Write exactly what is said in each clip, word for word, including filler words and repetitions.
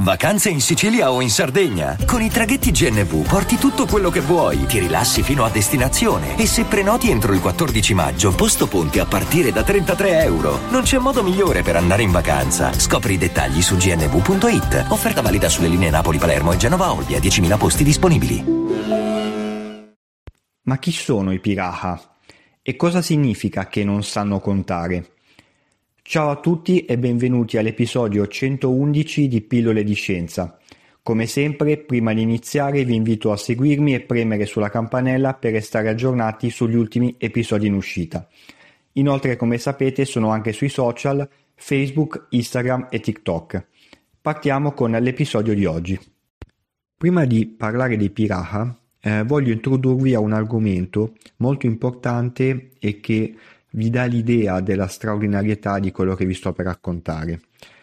Vacanze in Sicilia o in Sardegna? Con i traghetti G N V porti tutto quello che vuoi, ti rilassi fino a destinazione e se prenoti entro il quattordici maggio, posto ponti a partire da trentatré euro. Non c'è modo migliore per andare in vacanza. Scopri i dettagli su g n v punto i t. Offerta valida sulle linee Napoli-Palermo e Genova-Olbia, diecimila posti disponibili. Ma chi sono i Piraha? E cosa significa che non sanno contare? Ciao a tutti e benvenuti all'episodio centoundici di Pillole di Scienza. Come sempre, prima di iniziare vi invito a seguirmi e premere sulla campanella per restare aggiornati sugli ultimi episodi in uscita. Inoltre, come sapete, sono anche sui social, Facebook, Instagram e TikTok. Partiamo con l'episodio di oggi. Prima di parlare dei Piraha, eh, voglio introdurvi a un argomento molto importante e che vi dà l'idea della straordinarietà di quello che vi sto per raccontare.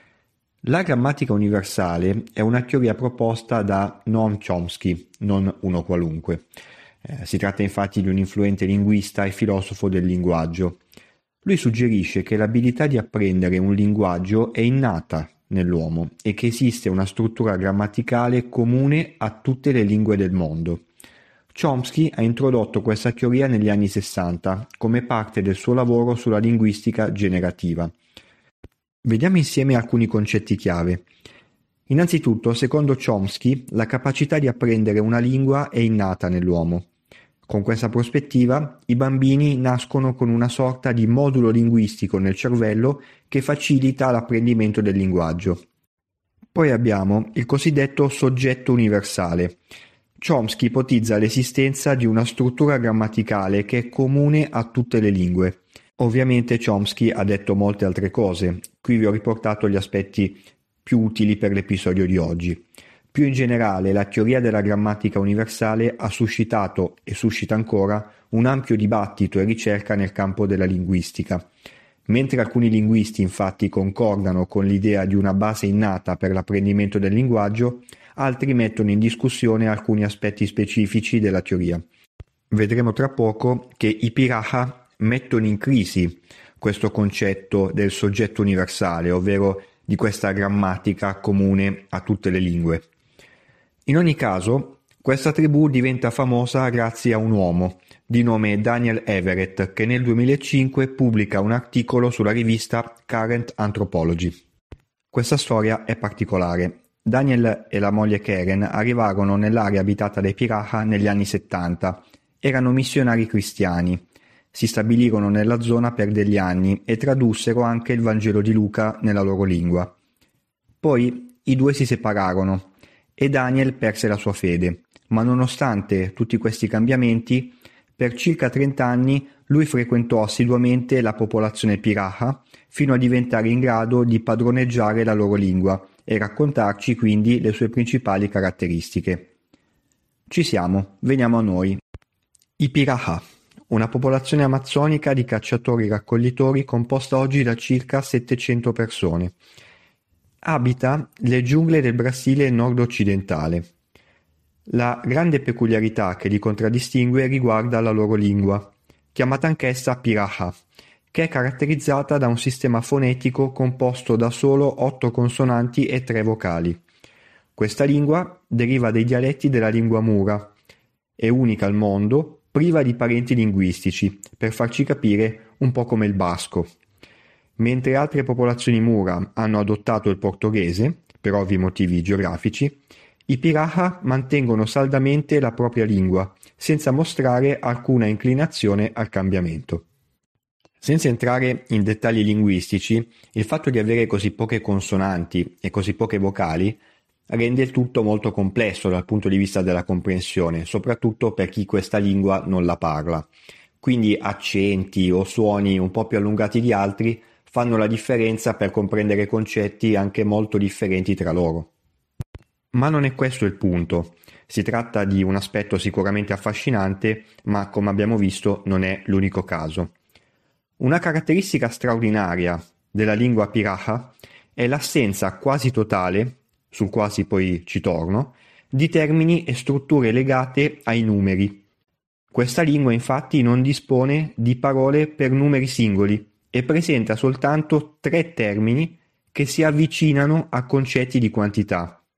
La grammatica universale è una teoria proposta da Noam Chomsky, non uno qualunque. Eh, si tratta infatti di un influente linguista e filosofo del linguaggio. Lui suggerisce che l'abilità di apprendere un linguaggio è innata nell'uomo e che esiste una struttura grammaticale comune a tutte le lingue del mondo. Chomsky ha introdotto questa teoria negli anni sessanta come parte del suo lavoro sulla linguistica generativa. Vediamo insieme alcuni concetti chiave. Innanzitutto, secondo Chomsky, la capacità di apprendere una lingua è innata nell'uomo. Con questa prospettiva, i bambini nascono con una sorta di modulo linguistico nel cervello che facilita l'apprendimento del linguaggio. Poi abbiamo il cosiddetto soggetto universale. Chomsky ipotizza l'esistenza di una struttura grammaticale che è comune a tutte le lingue. Ovviamente Chomsky ha detto molte altre cose, qui vi ho riportato gli aspetti più utili per l'episodio di oggi. Più in generale, la teoria della grammatica universale ha suscitato e suscita ancora un ampio dibattito e ricerca nel campo della linguistica. Mentre alcuni linguisti infatti concordano con l'idea di una base innata per l'apprendimento del linguaggio, altri mettono in discussione alcuni aspetti specifici della teoria. Vedremo tra poco che i Piraha mettono in crisi questo concetto del soggetto universale, ovvero di questa grammatica comune a tutte le lingue. In ogni caso, questa tribù diventa famosa grazie a un uomo di nome Daniel Everett che nel duemilacinque pubblica un articolo sulla rivista Current Anthropology. Questa storia è particolare. Daniel e la moglie Karen arrivarono nell'area abitata dai Piraha negli anni settanta. Erano missionari cristiani. Si stabilirono nella zona per degli anni e tradussero anche il Vangelo di Luca nella loro lingua. Poi i due si separarono e Daniel perse la sua fede, ma nonostante tutti questi cambiamenti, per circa trenta anni lui frequentò assiduamente la popolazione Piraha fino a diventare in grado di padroneggiare la loro lingua e raccontarci quindi le sue principali caratteristiche. Ci siamo, veniamo a noi. I Piraha, una popolazione amazzonica di cacciatori-raccoglitori composta oggi da circa settecento persone. Abita le giungle del Brasile nord-occidentale. La grande peculiarità che li contraddistingue riguarda la loro lingua, chiamata anch'essa Piraha, che è caratterizzata da un sistema fonetico composto da solo otto consonanti e tre vocali. Questa lingua deriva dai dialetti della lingua Mura, è unica al mondo, priva di parenti linguistici, per farci capire un po' come il basco. Mentre altre popolazioni Mura hanno adottato il portoghese, per ovvi motivi geografici, i Piraha mantengono saldamente la propria lingua, senza mostrare alcuna inclinazione al cambiamento. Senza entrare in dettagli linguistici, il fatto di avere così poche consonanti e così poche vocali rende il tutto molto complesso dal punto di vista della comprensione, soprattutto per chi questa lingua non la parla. Quindi accenti o suoni un po' più allungati di altri fanno la differenza per comprendere concetti anche molto differenti tra loro. Ma non è questo il punto. Si tratta di un aspetto sicuramente affascinante, ma come abbiamo visto non è l'unico caso. Una caratteristica straordinaria della lingua Piraha è l'assenza quasi totale, sul quasi poi ci torno, di termini e strutture legate ai numeri. Questa lingua infatti non dispone di parole per numeri singoli e presenta soltanto tre termini che si avvicinano a concetti di quantità,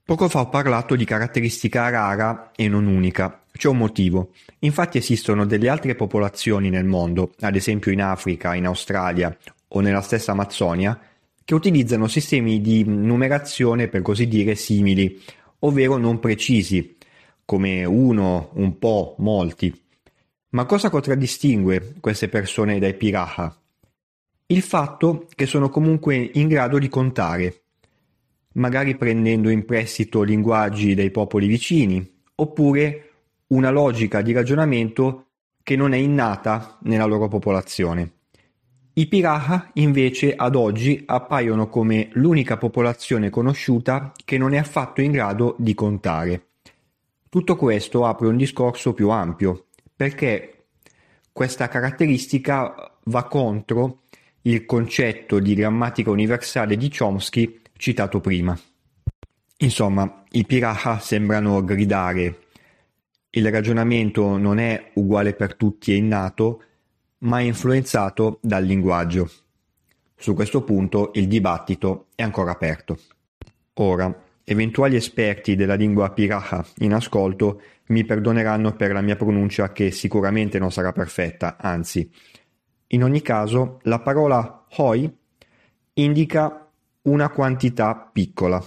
Poco fa ho parlato di caratteristica rara e non unica. C'è un motivo. Infatti esistono delle altre popolazioni nel mondo, ad esempio in Africa, in Australia o nella stessa Amazzonia, che utilizzano sistemi di numerazione per così dire simili, ovvero non precisi, come uno, un po', molti. Ma cosa contraddistingue queste persone dai Piraha? Il fatto che sono comunque in grado di contare, magari prendendo in prestito linguaggi dei popoli vicini, oppure una logica di ragionamento che non è innata nella loro popolazione. I Piraha invece ad oggi appaiono come l'unica popolazione conosciuta che non è affatto in grado di contare. Tutto questo apre un discorso più ampio, perché questa caratteristica va contro il concetto di grammatica universale di Chomsky citato prima. Insomma, i Piraha sembrano gridare: il ragionamento non è uguale per tutti e innato, ma è influenzato dal linguaggio. Su questo punto il dibattito è ancora aperto. Ora, eventuali esperti della lingua Piraha in ascolto mi perdoneranno per la mia pronuncia, che sicuramente non sarà perfetta, anzi. In ogni caso, la parola hoi indica una quantità piccola.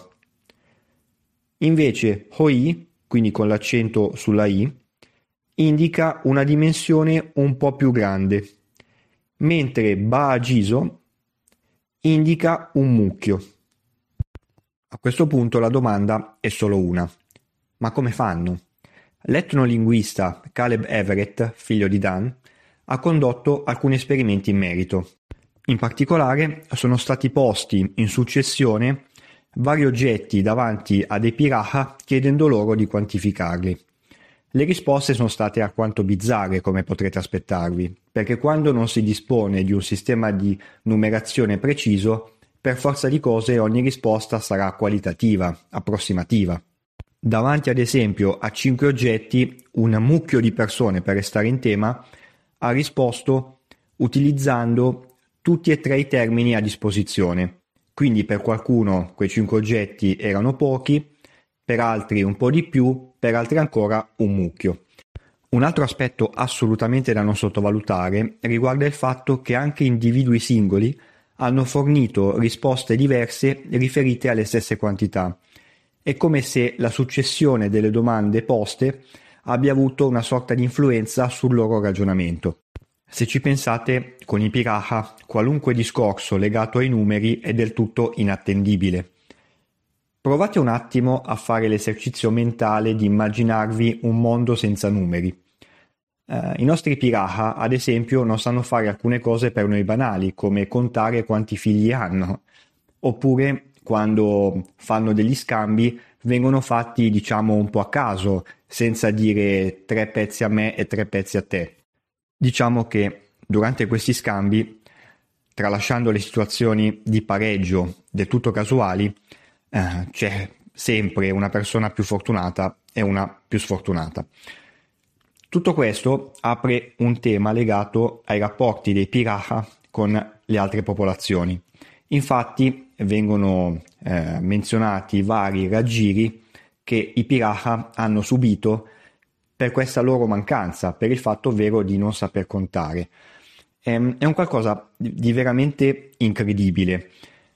Invece hoi, quindi con l'accento sulla i, indica una dimensione un po' più grande, mentre baagiso indica un mucchio. A questo punto la domanda è solo una: ma come fanno? L'etnolinguista Caleb Everett, figlio di Dan, ha condotto alcuni esperimenti in merito. In particolare sono stati posti in successione vari oggetti davanti a dei Piraha chiedendo loro di quantificarli. Le risposte sono state alquanto bizzarre, come potrete aspettarvi, perché quando non si dispone di un sistema di numerazione preciso, per forza di cose ogni risposta sarà qualitativa, approssimativa. Davanti ad esempio a cinque oggetti, un mucchio di persone, per restare in tema, ha risposto utilizzando tutti e tre i termini a disposizione. Quindi per qualcuno quei cinque oggetti erano pochi, per altri un po' di più, per altri ancora un mucchio. Un altro aspetto assolutamente da non sottovalutare riguarda il fatto che anche individui singoli hanno fornito risposte diverse riferite alle stesse quantità. È come se la successione delle domande poste abbia avuto una sorta di influenza sul loro ragionamento. Se ci pensate, con i Piraha qualunque discorso legato ai numeri è del tutto inattendibile. Provate un attimo a fare l'esercizio mentale di immaginarvi un mondo senza numeri. Eh, I nostri Piraha, ad esempio, non sanno fare alcune cose per noi banali, come contare quanti figli hanno, oppure quando fanno degli scambi vengono fatti, diciamo, un po' a caso, senza dire tre pezzi a me e tre pezzi a te. Diciamo che durante questi scambi, tralasciando le situazioni di pareggio del tutto casuali, eh, c'è sempre una persona più fortunata e una più sfortunata. Tutto questo apre un tema legato ai rapporti dei Piraha con le altre popolazioni. Infatti vengono eh, menzionati vari raggiri che i Piraha hanno subito per questa loro mancanza, per il fatto ovvero di non saper contare. Ehm, è un qualcosa di veramente incredibile.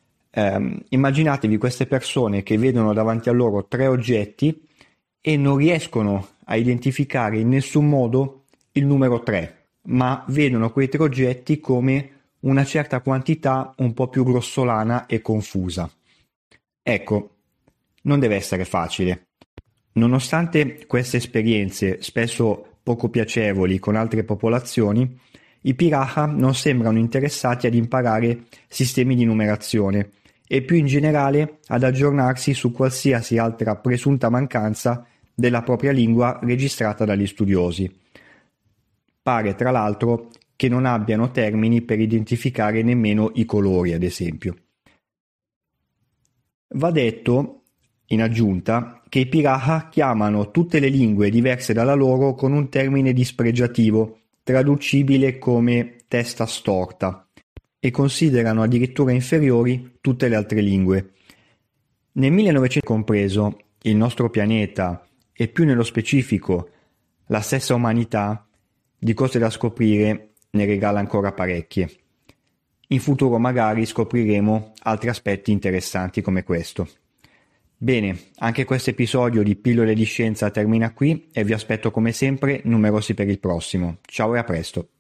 Ehm, immaginatevi queste persone che vedono davanti a loro tre oggetti e non riescono a identificare in nessun modo il numero tre, ma vedono quei tre oggetti come una certa quantità un po' più grossolana e confusa. Ecco, non deve essere facile. Nonostante queste esperienze, spesso poco piacevoli con altre popolazioni, i Piraha non sembrano interessati ad imparare sistemi di numerazione e più in generale ad aggiornarsi su qualsiasi altra presunta mancanza della propria lingua registrata dagli studiosi. Pare tra l'altro che non abbiano termini per identificare nemmeno i colori, ad esempio. Va detto, in aggiunta, che i Piraha chiamano tutte le lingue diverse dalla loro con un termine dispregiativo, traducibile come testa storta, e considerano addirittura inferiori tutte le altre lingue. Nel millenovecento compreso, il nostro pianeta e più nello specifico la stessa umanità, di cose da scoprire ne regala ancora parecchie. In futuro magari scopriremo altri aspetti interessanti come questo. Bene, anche questo episodio di Pillole di Scienza termina qui e vi aspetto come sempre numerosi per il prossimo. Ciao e a presto!